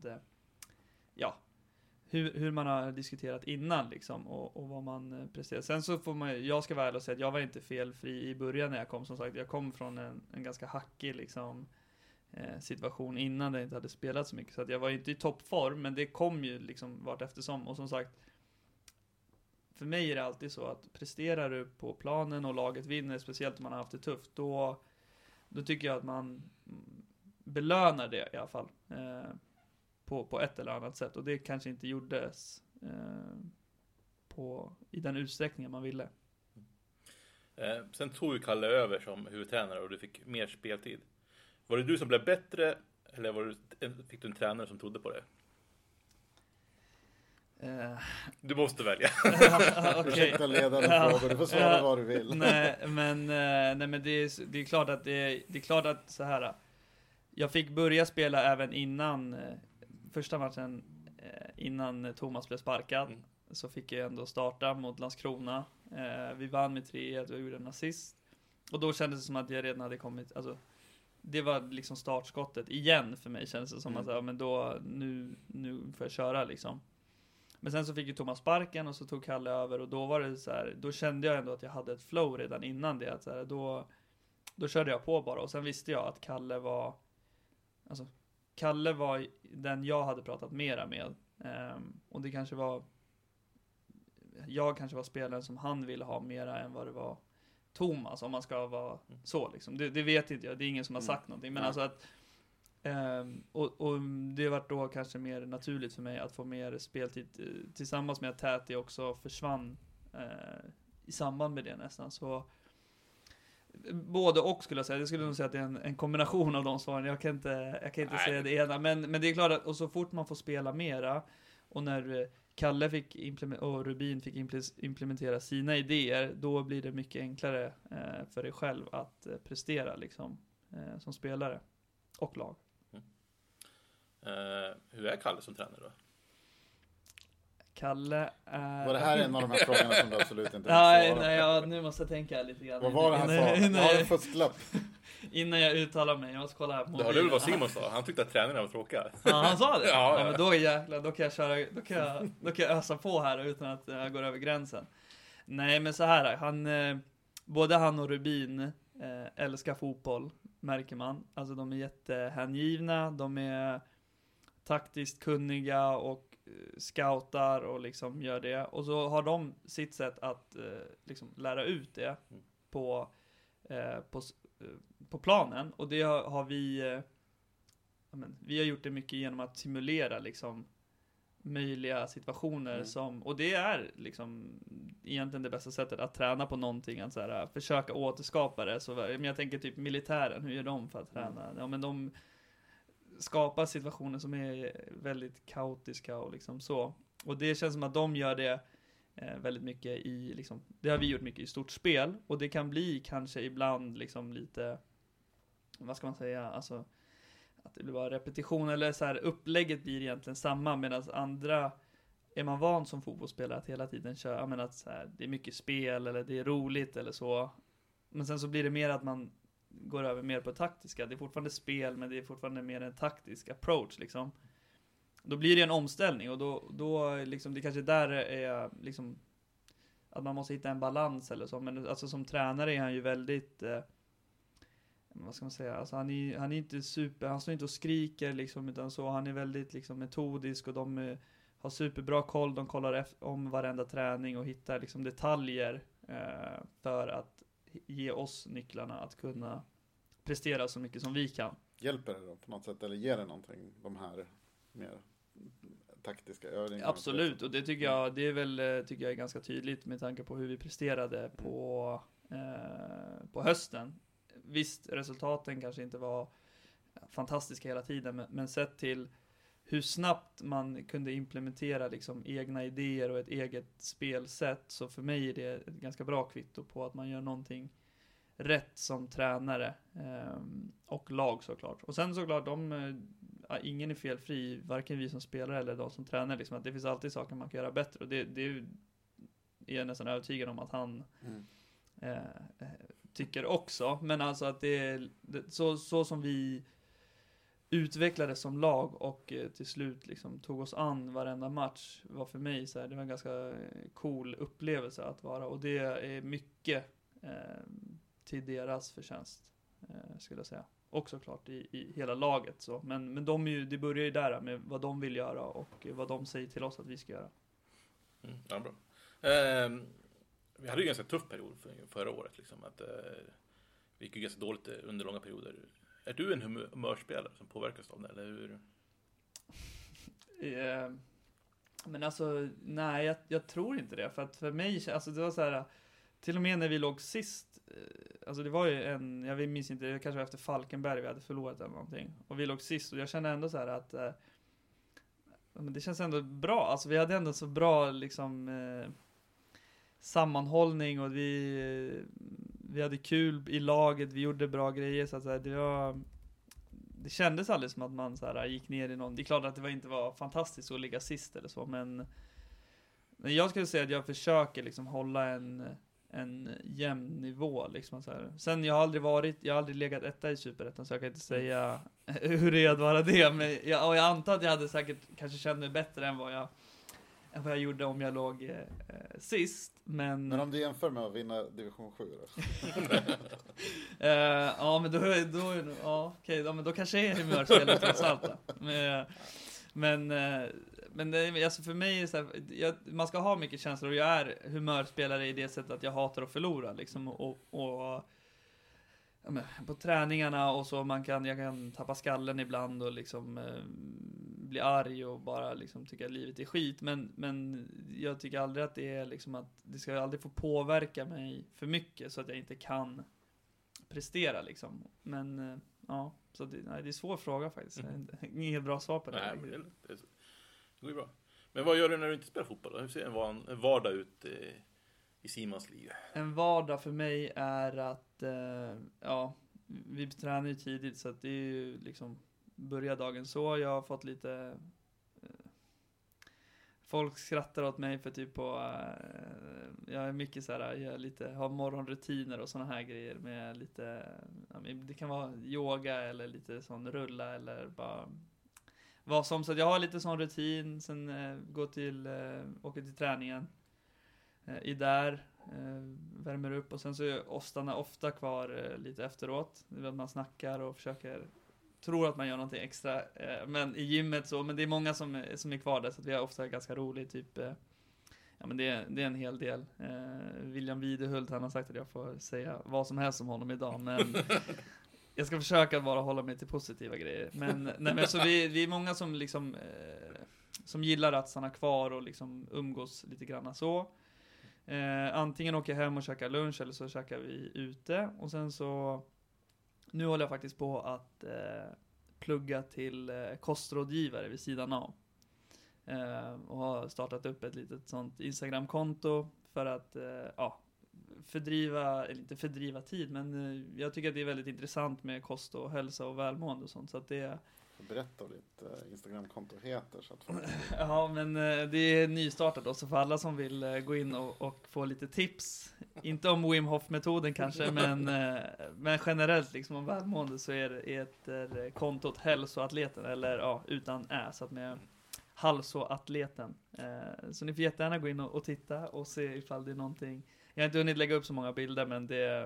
hur man har diskuterat innan liksom, och vad man presterar. Sen så jag ska väl säga att jag var inte felfri i början när jag kom. Som sagt, jag kom från en ganska hackig liksom, situation innan jag inte hade spelat så mycket. Så att jag var inte i toppform, men det kom ju liksom vart eftersom. Och som sagt, för mig är det alltid så att presterar du på planen och laget vinner, speciellt om man har haft det tufft, då tycker jag att man belönar det i alla fall. På ett eller annat sätt. Och det kanske inte gjordes i den utsträckningen man ville. Sen tog ju Kalle över som huvudtränare och du fick mer speltid. Var det du som blev bättre, eller fick du en tränare som trodde på det? Du måste välja. Okay. Ursäkta ledande frågor, du får svara vad du vill. Nej, men det är klart att det är klart att så här. Jag fick börja spela även innan första matchen, innan Thomas blev sparkad. Så fick jag ändå starta mot Landskrona. Vi vann med 3-1 och gjorde en assist. Och då kändes det som att jag redan hade kommit, alltså det var liksom startskottet igen för mig, kändes det som att men då nu får jag köra liksom. Men sen så fick ju Thomas sparken och så tog Kalle över, och då var det så här, då kände jag ändå att jag hade ett flow redan innan det, att så här, då körde jag på bara, och sen visste jag att Kalle var den jag hade pratat mera med, och det kanske var spelaren som han ville ha mera än vad det var Thomas, om man ska vara så liksom. Det vet inte jag, det är ingen som har sagt någonting, men alltså att och det har varit då kanske mer naturligt för mig att få mer speltid, tillsammans med att Täti också försvann i samband med det nästan. Så både och skulle jag säga. Det skulle nog säga att det är en kombination av de svaren. Jag kan inte säga det ena, men det är klart att, och så fort man får spela mera, och när Kalle och Rubin fick implementera sina idéer, då blir det mycket enklare för dig själv att prestera liksom, som spelare och lag. Hur är Kalle som tränare då? Kalle är... Var det här en av de här frågorna som du absolut inte Nej, nu måste jag tänka lite grann. Vad var det han sa? Jag har en fusklapp. Innan jag uttalar mig, jag måste kolla här på mobilen. Det hörde väl vad Simon sa? Han tyckte att tränarna var tråkiga. Ja, han sa det? Ja. Men då jäklar, då kan jag köra, då kan jag ösa på här utan att jag går över gränsen. Nej, men så här, både han och Rubin älskar fotboll, märker man. Alltså de är jättehängivna, de är taktiskt kunniga och scoutar och liksom gör det. Och så har de sitt sätt att liksom lära ut det på planen. Och det har vi har gjort det mycket genom att simulera liksom möjliga situationer som, och det är liksom egentligen det bästa sättet att träna på någonting, att så här, försöka återskapa det. Så, men jag tänker typ militären, hur gör de för att träna? Ja, men de skapar situationer som är väldigt kaotiska och liksom så. Och det känns som att de gör det väldigt mycket i liksom, det har vi gjort mycket i stort spel, och det kan bli kanske ibland liksom lite, vad ska man säga, alltså att det blir bara repetition, eller så här, upplägget blir egentligen samma, medan andra är man van som fotbollsspelare att hela tiden köra, men att så här, det är mycket spel eller det är roligt eller så, men sen så blir det mer att man går över mer på taktiska. Det är fortfarande spel, men det är fortfarande mer en taktisk approach liksom. Då blir det en omställning, och då liksom, det kanske där är liksom att man måste hitta en balans eller så. Men alltså som tränare är han ju väldigt vad ska man säga, alltså han är inte han står inte och skriker liksom, utan så han är väldigt liksom metodisk, och de har superbra koll, de kollar om varenda träning och hittar liksom detaljer för att ge oss nycklarna att kunna prestera så mycket som vi kan. Hjälper det då på något sätt, eller ger det någonting, de här mer taktiska övningarna? Absolut, och det tycker jag, det är väl, tycker jag är ganska tydligt med tanke på hur vi presterade på hösten. Visst, resultaten kanske inte var fantastiska hela tiden, men sett till hur snabbt man kunde implementera liksom egna idéer och ett eget spelsätt, så för mig är det ett ganska bra kvitto på att man gör någonting rätt som tränare och lag såklart. Och sen såklart, ingen är felfri, varken vi som spelare eller de som tränar, liksom, att det finns alltid saker man kan göra bättre, och det är jag nästan övertygad om att han tycker också. Men alltså att det är så som vi utvecklades som lag och till slut liksom tog oss an varenda match, var för mig så här, det var en ganska cool upplevelse att vara, och det är mycket till deras förtjänst skulle jag säga. Och såklart i hela laget så. Men det börjar ju där med vad de vill göra och vad de säger till oss att vi ska göra. Ja, bra. Vi hade ju en ganska tuff period förra året liksom, att vi gick ju ganska dåligt under långa perioder. Är du en humörspelare som påverkas av det, eller hur? Men alltså, nej, jag tror inte det. För att för mig, alltså det var så här, till och med när vi låg sist, alltså det var ju jag minns inte, det kanske var efter Falkenberg vi hade förlorat eller någonting. Och vi låg sist, och jag kände ändå så här att men det känns ändå bra. Alltså vi hade ändå så bra liksom sammanhållning, och vi hade kul i laget, vi gjorde bra grejer, så att säga, det kändes aldrig som att man så här gick ner i någon. Det är klart att det inte var fantastiskt att ligga sist eller så, men jag skulle säga att jag försöker liksom hålla en jämn nivå liksom så här. Sen jag har aldrig legat etta i Superettan, så jag kan inte säga hur det är att vara det, men jag antar att jag hade säkert kanske känt mig bättre än vad jag gjorde om jag låg sist, men om du jämför med att vinna division 7 då? ja, men då kanske jag är humörspelare trots allt då. Men alltså för mig är så här, man ska ha mycket känslor, och jag är humörspelare i det sättet att jag hatar att förlora liksom, och på träningarna och så jag kan tappa skallen ibland och liksom bli arg och bara liksom tycka att livet är skit, men jag tycker aldrig att det är liksom att det ska aldrig få påverka mig för mycket så att jag inte kan prestera liksom. Men ja, så det är en svår fråga faktiskt. Inget bra svar på det. Nej, men det går ju bra. Men vad gör du när du inte spelar fotboll då? Hur ser en vardag ut i Simons liv? En vardag för mig är att vi tränar ju tidigt, så att det är ju liksom börja dagen så. Jag har fått lite folk skrattar åt mig för typ på jag är mycket så här, har morgonrutiner och såna här grejer med lite, det kan vara yoga eller lite sån rulla eller bara vad som, så att jag har lite sån rutin, sen åker till träningen värmer upp, och sen så är stannar ofta kvar lite efteråt. Det är att man snackar och tror att man gör någonting extra, men i gymmet så, men det är många som är kvar där, så att vi har ofta ganska roligt typ, men det är en hel del. William Widehult, han har sagt att jag får säga vad som helst om honom idag, men jag ska försöka bara hålla mig till positiva grejer. Men så vi är många som liksom som gillar att stanna kvar och liksom umgås lite grann så. Antingen åker jag hem och käkar lunch eller så käkar vi ute. Och sen så, nu håller jag faktiskt på att plugga till kostrådgivare vid sidan av. Och har startat upp ett litet sånt Instagram-konto för att eller inte fördriva tid, men jag tycker att det är väldigt intressant med kost och hälsa och välmående och sånt, så att det... Berätta vad ditt Instagram-konto heter så att folk... Ja, men det är nystartat då, så för alla som vill gå in och få lite tips, inte om Wim Hof-metoden kanske, men generellt liksom om välmående, så är kontot hälsoatleten, eller utan så att med halsoatleten. Så ni får jättegärna gå in och titta och se ifall det är någonting. Jag har inte hunnit lägga upp så många bilder, men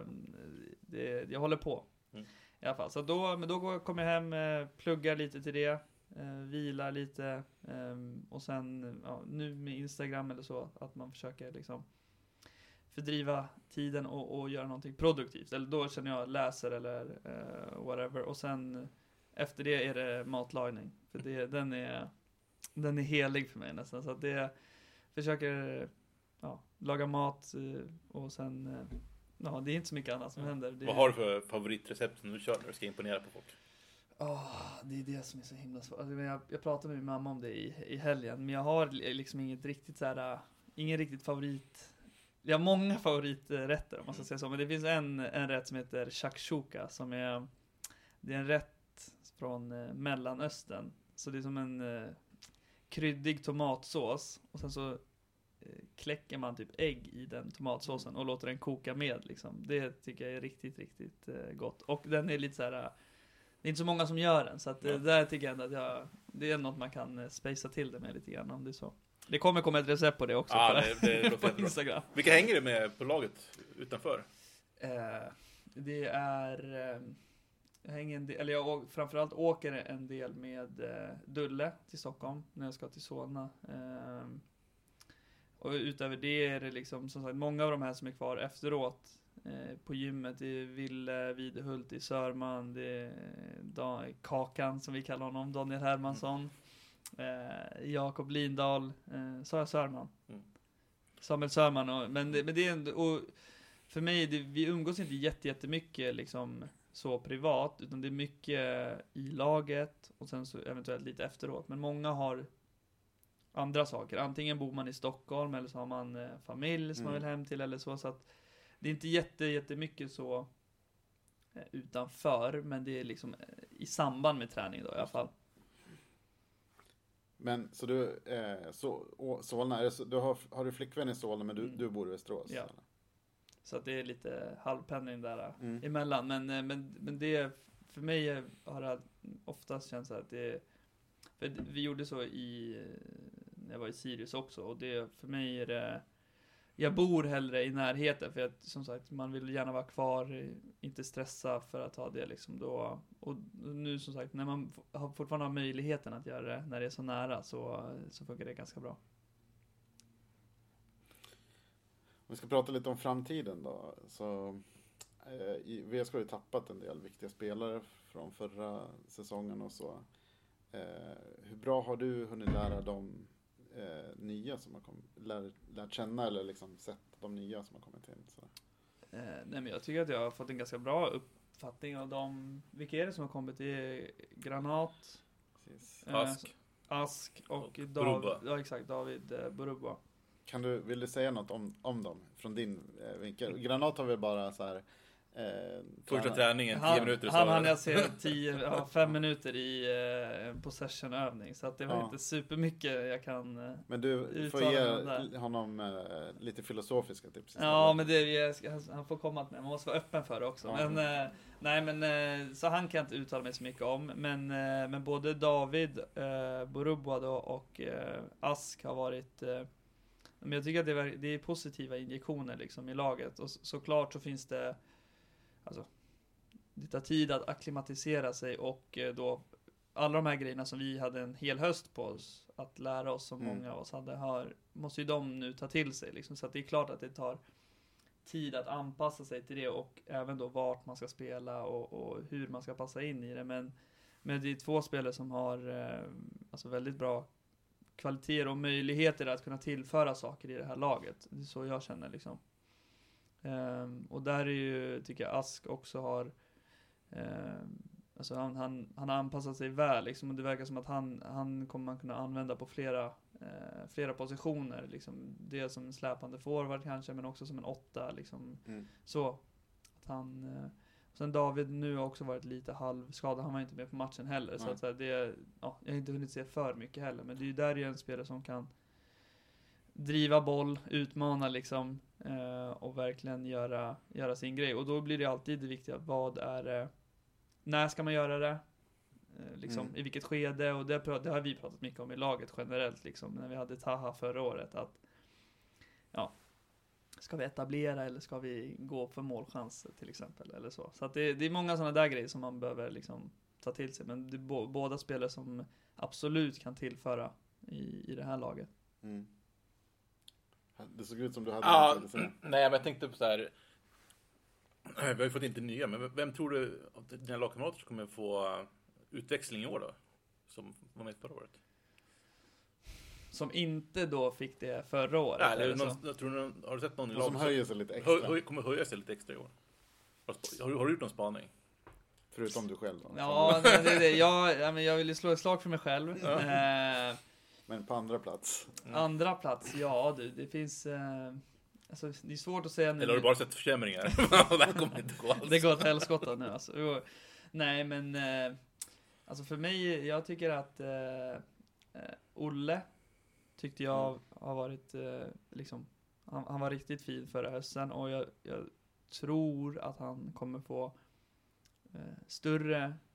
jag håller på. I alla fall. Så då kommer jag hem, pluggar lite till det, vilar lite, och sen nu med Instagram eller så, att man försöker liksom fördriva tiden och göra någonting produktivt. Eller då känner jag läser eller whatever. Och sen efter det är det matlagning. För den är helig för mig nästan. Så att det försöker laga mat och sen det är inte så mycket annat som händer. Vad har du för favoritrecept som du kör när du ska imponera på folk? Det är det som är så himla svårt. Alltså, jag pratade med min mamma om det i helgen, men jag har liksom ingen riktigt favorit. Jag har många favoriträtter om man ska säga så, men det finns en rätt som heter shakshuka, det är en rätt från Mellanöstern. Så det är som en kryddig tomatsås, och sen så kläcker man typ ägg i den tomatsåsen och låter den koka med liksom. Det tycker jag är riktigt, riktigt gott. Och den är lite så här, det är inte så många som gör den, så att där tycker jag ändå att det är något man kan spacea till det med lite grann, om det är så. Det kommer komma ett recept på det också på Instagram. Vilka hänger du med på laget utanför? Det är jag framförallt åker en del med Dulle till Stockholm när jag ska till Solna. Och utöver det är det liksom, som sagt, många av de här som är kvar efteråt på gymmet. Det är Ville Videhult i Sörman, det är Kakan som vi kallar honom, Daniel Hermansson, Jakob Lindahl, Sörman, Samuel Sörman, men det är ändå, och för mig, vi umgås inte jättemycket liksom så privat, utan det är mycket i laget och sen så eventuellt lite efteråt, men många har andra saker. Antingen bor man i Stockholm eller så har man familj som man vill hem till eller så att det är inte jättemycket så utanför, men det är liksom i samband med träning då i alla fall. Men så du Solna, har du flickvän i Solna, men du bor i Västerås? Ja. Eller? Så att det är lite halvpendling där emellan, men det för mig har det oftast känts att för vi gjorde så när jag var i Sirius också, och det för mig är det, jag bor hellre i närheten, för att som sagt man vill gärna vara kvar, inte stressa för att ha det liksom då, och nu som sagt när man fortfarande har möjligheten att göra det när det är så nära, så funkar det ganska bra. Vi ska prata lite om framtiden då. Så VSK har ju tappat en del viktiga spelare från förra säsongen och så. Hur bra har du hunnit lära de nya som har lärt känna, eller liksom sett de nya som har kommit in? Så. Nej, men jag tycker att jag har fått en ganska bra uppfattning av dem. Vilka är det som har kommit? Det är Granat, Ask och David Burubba. Vill du säga något om dem från din vinkel? Granat har väl bara så här första träningen 10 minuter, han hann jag se 5 minuter i possession-övning, så att det var inte supermycket jag kan men du får ge honom lite filosofiska tips. Ja, men han får komma med. Man måste vara öppen för det också. Men så han kan jag inte uttala mig så mycket om, men både David Burubba då och Ask har varit men jag tycker att det är positiva injektioner liksom i laget, och såklart så finns det, alltså det tar tid att akklimatisera sig, och då alla de här grejerna som vi hade en hel höst på oss att lära oss, som många av oss måste ju de nu ta till sig liksom, så att det är klart att det tar tid att anpassa sig till det, och även då vart man ska spela och hur man ska passa in i det, men det är 2 spelare som har alltså väldigt bra kvaliteter och möjligheter att kunna tillföra saker i det här laget. Det är så jag känner liksom. Och där är ju, tycker jag, Ask också har alltså han har anpassat sig väl liksom, och det verkar som att han kommer man kunna använda på flera positioner liksom. Dels som en släpande forward kanske, men också som en 8 liksom. Så att han sen David nu har också varit lite halvskadad. Han var inte med på matchen heller. Så att det, jag har inte hunnit se för mycket heller. Men det är ju där en spelare som kan driva boll, utmana liksom, och verkligen göra sin grej. Och då blir det alltid det viktiga. Vad är det? När ska man göra det? Liksom, i vilket skede? Och det har vi pratat mycket om i laget generellt. Liksom, när vi hade Taha förra året. Att, ska vi etablera eller ska vi gå för målchanser till exempel? Eller så att det är många sådana där grejer som man behöver liksom ta till sig. Men det är båda spelare som absolut kan tillföra i det här laget. Det såg ut som du hade nej, men jag tänkte på så här. Vi har ju fått inte nya, men vem tror du av dina lagkamrater som kommer få utväxling i år då? Som var med förra året? Som inte då fick det förra året? Nej, eller har du sett någon i laget som höjer sig lite extra? Kommer höja sig lite extra i år. Har du gjort någon spaning? Förutom du själv då? Ja, jag vill ju slå ett slag för mig själv. Men på andra plats? Andra plats, ja det finns... Alltså, det är svårt att säga nu. Eller har du bara sett försämringar? Det kommer inte gå alls. Det går åt helskotta nu alltså. Nej, men alltså för mig, jag tycker att Olle tyckte jag har varit liksom, han var riktigt fin förra hösten, och jag tror att han kommer få större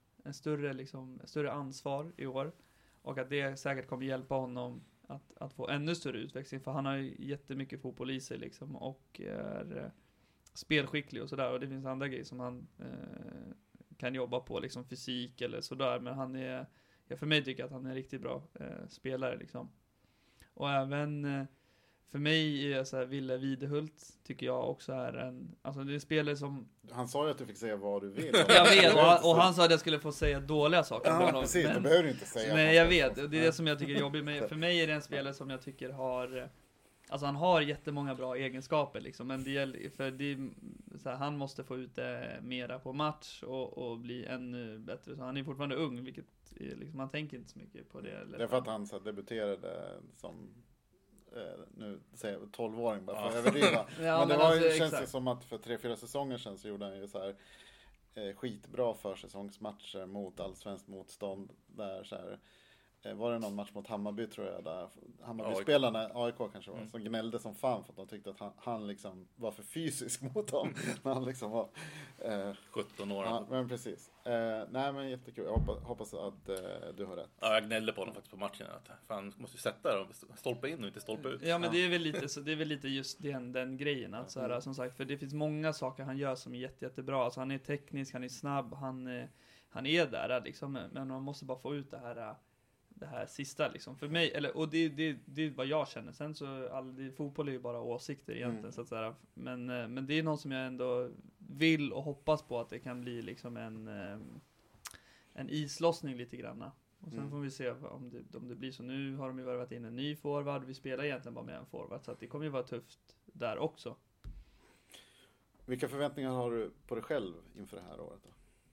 ansvar i år, och att det säkert kommer hjälpa honom att få ännu större utväxling, för han har ju jättemycket fotboll i sig liksom, och är spelskicklig och sådär, och det finns andra grejer som han kan jobba på, liksom fysik eller sådär, men han är, för mig tycker att han är en riktigt bra spelare liksom. Och även för mig är så här, Ville Videhult tycker jag också är alltså det är spelare som... Han sa ju att du fick säga vad du vill. Jag vet, och han sa att jag skulle få säga dåliga saker. Ja, precis, det behöver du inte säga. Men jag vet, och det är det som jag tycker är jobbigt. Men för mig är det en spelare som jag tycker har... Alltså han har jättemånga bra egenskaper liksom, men så här, han måste få ut det mera på match och bli ännu bättre. Så han är fortfarande ung, vilket är, liksom, man tänker inte så mycket på det. Eller? Det är för att han så debuterade som nu säger jag 12-åring bara för att överdriva. Men det var ju, känns ju som att för 3-4 säsonger sedan så gjorde han ju så här skitbra försäsongsmatcher mot allsvenskt motstånd där så här. Var det någon match mot Hammarby tror jag där Hammarby-spelarna, AIK kanske var, som gnällde som fan för att de tyckte att han liksom var för fysisk mot dem när han liksom var 17 år. Ja, men precis. Nej, men jättekul. Jag hoppas att du har rätt. Ja, jag gnällde på honom faktiskt på matchen att fan måste ju sätta dem, stolpa in och inte stolpa ut. Ja, men det är väl lite så, det är väl lite just den grejen att så här, som sagt, för det finns många saker han gör som är jättebra. Alltså han är teknisk, han är snabb, han är där liksom, men man måste bara få ut det här sista liksom för mig, eller, och det är vad jag känner. Sen så fotboll är ju bara åsikter egentligen, så att säga. Men det är något som jag ändå vill och hoppas på, att det kan bli liksom en islossning lite granna. Och sen får vi se om det blir så. Nu har de ju värvat in en ny forward. Vi spelar egentligen bara med en forward, så att det kommer ju vara tufft där också. Vilka förväntningar har du på dig själv inför det här året då?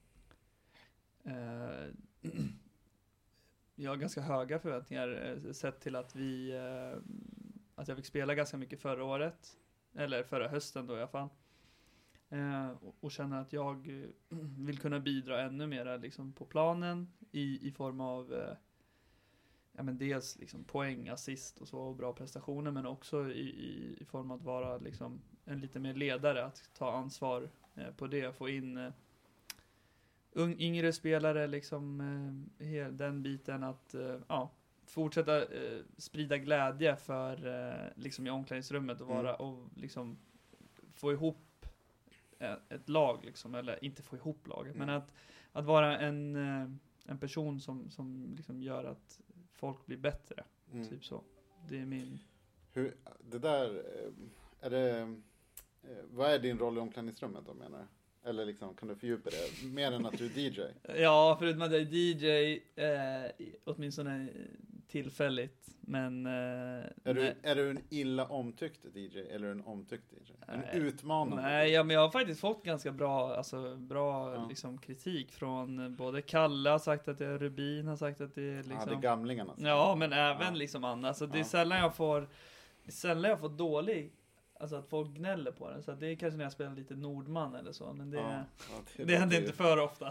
Jag har ganska höga förväntningar sett till att att jag fick spela ganska mycket förra året, eller förra hösten då i alla fall, och känner att jag vill kunna bidra ännu mer liksom på planen i form av men dels liksom poäng, assist och så, och bra prestationer, men också i form av att vara liksom en lite mer ledare, att ta ansvar på det, få in yngre spelare liksom, den biten, att fortsätta sprida glädje för liksom i omklädningsrummet och vara och liksom få ihop ett lag liksom, eller inte få ihop laget, men att vara en person som liksom gör att folk blir bättre, typ så. Det är min... Det där är det, vad är din roll i omklädningsrummet då, menar du? Eller liksom, kan du fördjupa det? Mer än att du är DJ? Ja, förutom att jag är DJ, åtminstone tillfälligt. Men... Är du en illa omtyckt DJ eller en omtyckt DJ? En utmanande? Nej, ja, men jag har faktiskt fått ganska bra liksom, kritik från både Kalle har sagt att det är Rubin har sagt att det är liksom... Ja, det är gamlingarna. Ja, men även liksom Anna. Alltså, det är sällan jag får dålig... Alltså att folk gnäller på den. Så det är kanske när jag spelar lite Nordman eller så. Men det händer inte för ofta.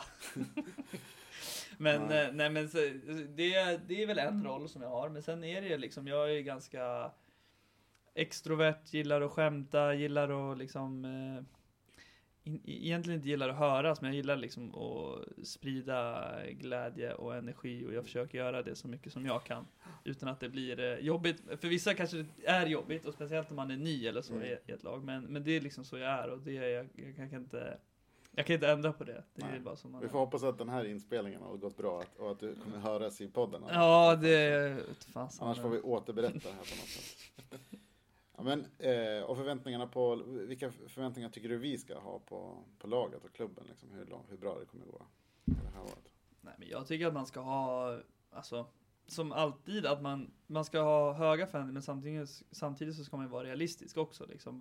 Men, nej, men så, det är väl en roll som jag har. Men sen är det liksom, jag är ganska extrovert, gillar att skämta, gillar att liksom egentligen inte gillar att höras, men jag gillar liksom att sprida glädje och energi, och jag försöker göra det så mycket som jag kan utan att det blir jobbigt. För vissa kanske det är jobbigt, och speciellt om man är ny eller så i ett lag, men det är liksom så jag är, och det är, jag kan inte ändra på det. Det är bara som man Vi får hoppas att den här inspelningen har gått bra och att du kommer höras i podden. Ja, det fanns. Annars får vi återberätta det här på något sätt. Ja, men, och förväntningarna på, vilka förväntningar tycker du vi ska ha på laget och klubben? Liksom, hur bra det kommer gå det här året? Nej, men jag tycker att man ska ha, alltså, som alltid, att man ska ha höga förväntningar, men samtidigt så ska man vara realistisk också. Liksom.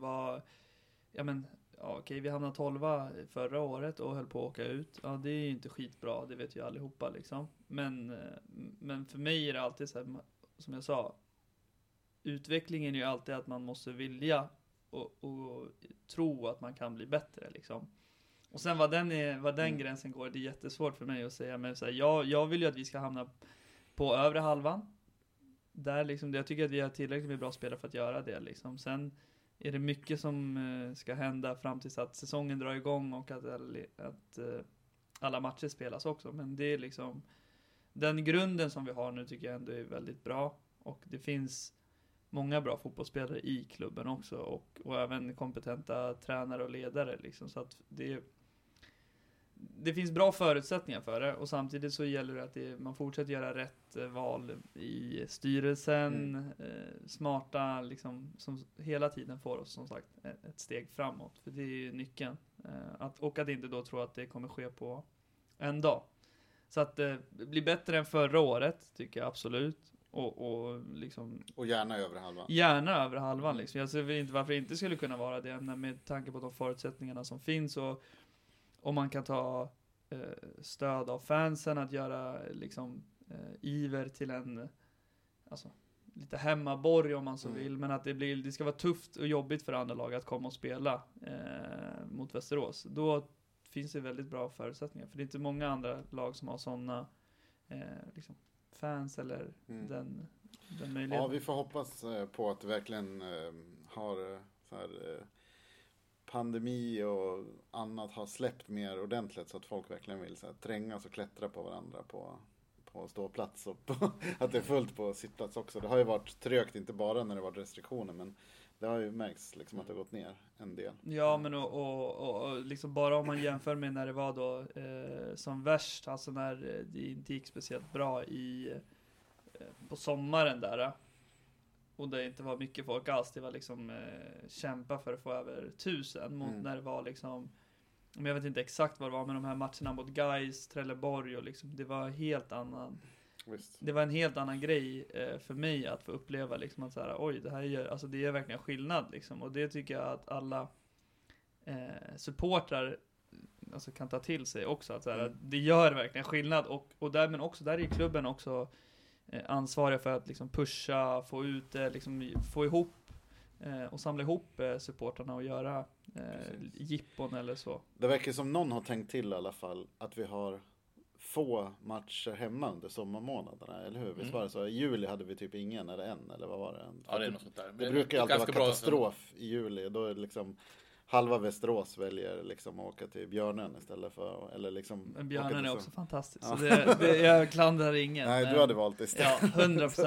Okej, vi hamnade 12 förra året och höll på att åka ut. Ja, det är ju inte skitbra, det vet ju allihopa liksom. Men för mig är det alltid så här, som jag sa, utvecklingen är ju alltid att man måste vilja och tro att man kan bli bättre liksom. Och sen vad den gränsen går, det är jättesvårt för mig att säga. Men så här, jag vill ju att vi ska hamna på övre halvan. Där liksom, jag tycker att vi har tillräckligt med bra spelare för att göra det liksom. Sen är det mycket som ska hända fram tills att säsongen drar igång och att alla matcher spelas också. Men det är liksom, den grunden som vi har nu tycker jag ändå är väldigt bra. Och det finns många bra fotbollsspelare i klubben också, och även kompetenta tränare och ledare liksom, så att det finns bra förutsättningar för det, och samtidigt så gäller det att man fortsätter göra rätt val i styrelsen, smarta liksom, som hela tiden får oss som sagt ett steg framåt, för det är ju nyckeln, och att inte då tro att det kommer ske på en dag, så att bli bättre än förra året tycker jag absolut. Och gärna över halvan. Gärna över halvan liksom. Jag ser inte varför det inte skulle kunna vara det, med tanke på de förutsättningarna som finns, och om man kan ta stöd av fansen att göra liksom Iver till en lite hemmaborg om man så vill, men att det ska vara tufft och jobbigt för andra lag att komma och spela mot Västerås. Då finns det väldigt bra förutsättningar, för det är inte många andra lag som har sådana liksom fans eller den möjligheten. Ja, vi får hoppas på att verkligen har så här, pandemi och annat har släppt mer ordentligt, så att folk verkligen vill så här, trängas och klättra på varandra på ståplats, och att det är fullt på sittplats också. Det har ju varit trögt, inte bara när det var restriktioner, men det har ju märkts liksom att det har gått ner en del. Ja, men och liksom bara om man jämför med när det var då som värst, alltså när det inte gick speciellt bra på sommaren där, och det inte var mycket folk alls, det var liksom kämpa för att få över 1000 mot när det var liksom, men jag vet inte exakt vad det var, men de här matcherna mot Gais, Trelleborg, och liksom, det var helt annan. Visst. Det var en helt annan grej för mig att få uppleva liksom, att så här, oj, det här det gör verkligen skillnad liksom, och det tycker jag att alla supportrar alltså kan ta till sig också, att så här, det gör verkligen skillnad, och där, men också där är klubben också ansvariga för att liksom pusha, få ut liksom, få ihop och samla ihop supportarna och göra jippon eller så. Det verkar som någon har tänkt till i alla fall att vi har få matcher hemma under sommarmånaderna, eller hur? Visst var det så? I juli hade vi typ ingen, eller en, eller vad var det? Ja, det är något sånt där. Det brukar alltid vara katastrof i juli, då är det liksom halva Västerås väljer liksom att åka till Björnen istället för, eller liksom. Men Björnen är också fantastisk, så jag klandrar ingen. Nej, du hade valt istället. Ja,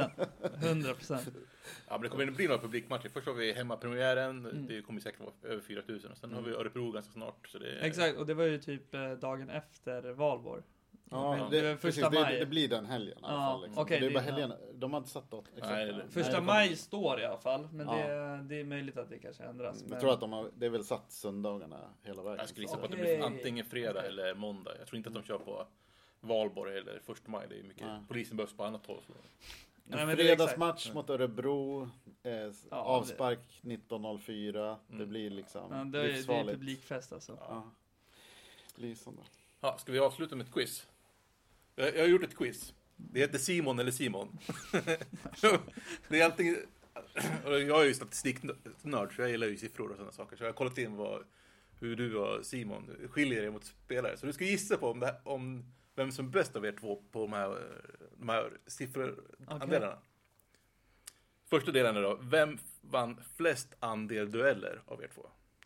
100%. Ja, men det kommer bli några publikmatcher. Först har vi hemmapremiären, det kommer säkert vara över 4000, och sen har vi Örebro ganska snart. Så Exakt, och det var ju typ dagen efter Valborg. Ja, det blir den helgen i alla fall. Liksom. Okay, det är bara helgen, de har inte satt åt exakt. Första maj står i alla fall, men det är möjligt att det kanske ändras. Jag tror att det är väl satt söndagarna hela vägen. Jag skulle gissa på att det blir antingen fredag eller måndag. Jag tror inte att de kör på Valborg eller 1 maj. Det är mycket, polisen behövs på annat håll. Så. En fredagsmatch mot Örebro, avspark 19.04. Det blir liksom det är publikfest alltså. Ja. Lysande. Ja, ska vi avsluta med ett quiz? Jag har gjort ett quiz. Det heter Simon eller Simon. Det är allting... Jag är ju statistiknörd, så jag gillar ju siffror och sådana saker. Så jag har kollat in hur du och Simon skiljer er mot spelare. Så du ska gissa på om vem som är bäst av er två på de här sifferandelarna. Okay. Första delen är då, vem vann flest andel dueller av er två?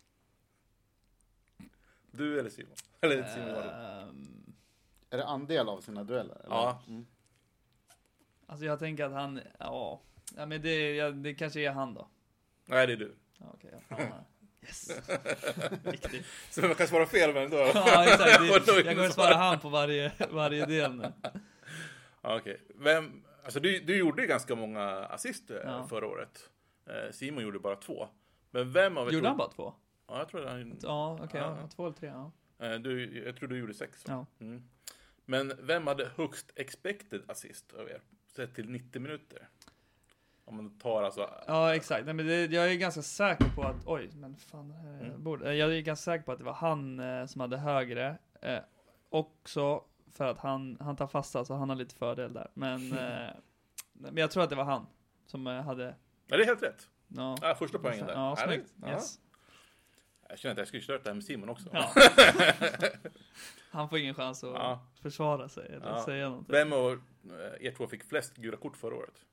Du eller Simon? Eller Simon är det andel av sina dueller? Eller? Ja. Alltså jag tänker att han... Ja men det kanske är han då. Nej, det är du. Okej, yes. Riktigt. Så man kan svara fel men då. Ja, exakt. Jag kommer svara han på varje del nu. Okej. Alltså du gjorde ju ganska många assist förra året. Simon gjorde bara 2. Men vem av er gjorde han bara 2? Ja, jag tror han... Ja, okej. 2 eller 3, ja. Jag tror du gjorde 6. Ja. Men vem hade högst expected assist av er? Sett till 90 minuter. Om man tar alltså... Ja, exakt. Nej, men jag är ganska säker på att... Oj, men fan... Jag är ganska säker på att det var han som hade högre. Också för att han tar fasta, så han har lite fördel där. Men jag tror att det var han som hade... Ja, det är helt rätt. Ja, första poängen där. Ja, snyggt. Yes. Jag känner att jag skulle köra det här med Simon också. Ja. Han får ingen chans att försvara sig eller säga någonting. Vem av er två fick flest gula kort förra året?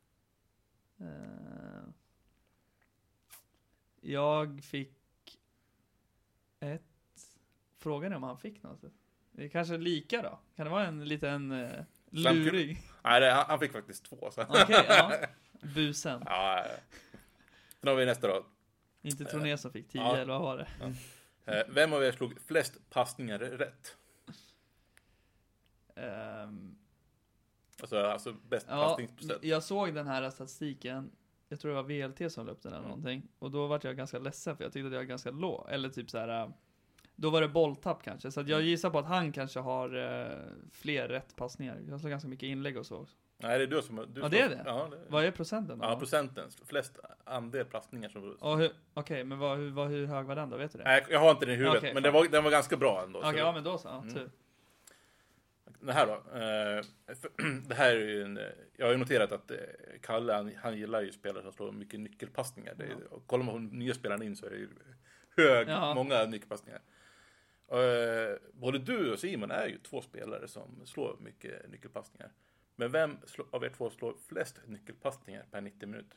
Jag fick ett. Frågan är om han fick något. Det är kanske lika då. Kan det vara en liten luring? Nej, han fick faktiskt 2. Okej, ja. Busen. Ja. Sen har vi nästa då. Inte Troné som fick 10, eller vad var det? Ja. Vem av er slog flest passningar rätt? Alltså bäst passningsprocent. Jag såg den här statistiken. Jag tror det var VLT som la upp den eller någonting. Och då var jag ganska ledsen, för jag tyckte att jag var ganska låg. Eller typ så här. Då var det bolltapp kanske. Så att jag gissar på att han kanske har fler rätt passningar. Jag såg ganska mycket inlägg och så. Nej, det är du som... det är det? Ja, vad är procenten då? Ja, procenten. Flest andel passningar som... Okej, men hur hög var den då? Vet du det? Nej, jag har inte den i huvudet. Men den var ganska bra ändå. Okej, ja men då så. Tur. Det här då. Det här är ju jag har ju noterat att Kalle, han gillar ju spelare som slår mycket nyckelpassningar. Och kollar man på nya spelare in så är det ju många nyckelpassningar. Både du och Simon är ju 2 spelare som slår mycket nyckelpassningar. Men vem av er 2 slår flest nyckelpassningar per 90 minuter?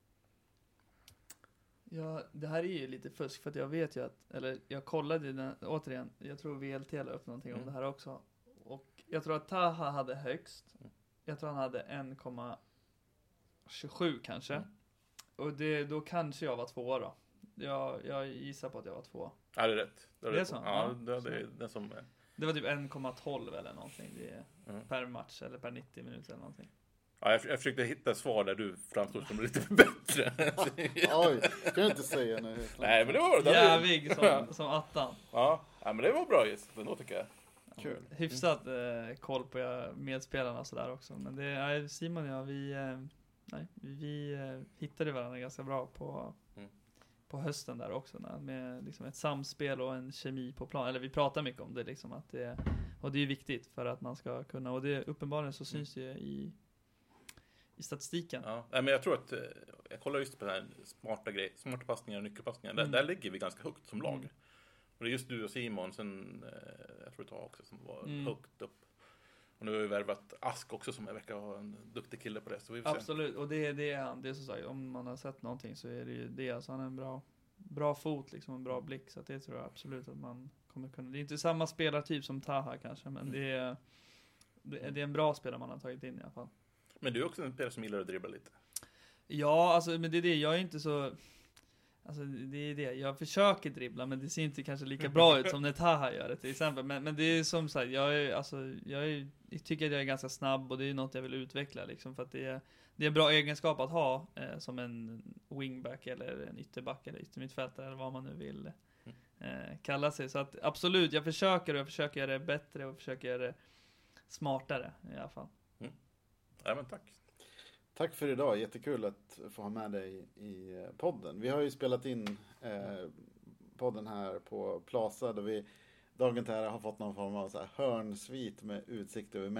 Ja, det här är ju lite fusk, för att jag vet ju att, eller jag kollade den, återigen, jag tror VLT la upp någonting om det här också. Och jag tror att Taha hade högst. Jag tror han hade 1,27 kanske. Och då kanske jag var 2 då. Jag gissar på att jag var 2. Ja, det är rätt. Det är så? Ja, det är den som... Det var typ 1,12 eller någonting. Det är per match eller per 90 minuter eller någonting. Ja, jag försökte hitta svar där du framstod som lite bättre. Oj, kan jag inte säga nu. Nej, men det var det. Jävig som attan. Ja, men det var bra just då tycker jag. Kul. Hyfsat koll på medspelarna så där också. Men det är Simon och jag, vi hittade varandra ganska bra på hösten där också, med liksom ett samspel och en kemi på plan. Eller vi pratar mycket om det liksom, att och det är ju viktigt för att man ska kunna, och det uppenbarligen så syns det i statistiken. Ja, men jag tror att jag kollar just på den här smarta passningar och nyckelpassningar. Där ligger vi ganska högt som lag. Och det är just du och Simon, sen jag tror det var också som var högt upp. Och nu har vi värvat Ask också som jag verkar ha en duktig kille på det. Så vi får absolut, och det är han. Det är så sagt, om man har sett någonting så är det ju det. Alltså han har en bra fot, liksom en bra blick. Så att det tror jag absolut att man kommer kunna. Det är inte samma spelartyp som Taha kanske, men det är en bra spelare man har tagit in i alla fall. Men du är också en spelare som gillar att dribbla lite. Ja, alltså, men det är det. Jag är inte så... Alltså det är det. Jag försöker dribbla, men det ser inte kanske lika bra ut som när Taha gör det till exempel. Men det är som sagt, jag tycker att jag är ganska snabb, och det är något jag vill utveckla liksom, för att det är en bra egenskap att ha som en wingback eller en ytterback eller yttermittfältare eller vad man nu vill kalla sig. Så att absolut, jag försöker göra det bättre och försöker göra det smartare i alla fall. Ja, men tack. Tack för idag, jättekul att få ha med dig i podden. Vi har ju spelat in podden här på Plaza där vi dagen till här har fått någon form av så här hörnsvit med utsikt över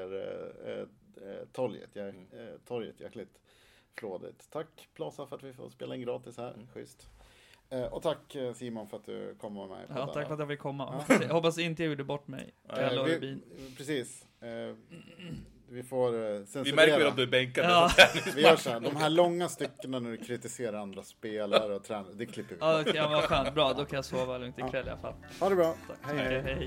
torget, jäkligt flådigt. Tack Plaza för att vi får spela in gratis här, schysst. Och tack Simon för att du kom med mig. Ja, tack för att jag fick komma. Jag hoppas inte jag gjorde bort mig. Precis. Vi får censurera. Vi märker att du är bänkad. Ja. Vi gör så här, de här långa styckena när du kritiserar andra spelare och tränare, det klipper vi. Ja, det kan vara skönt. Bra, då kan jag sova lugnt ikväll i alla fall. Ha det bra. Tack. Hej. Hej.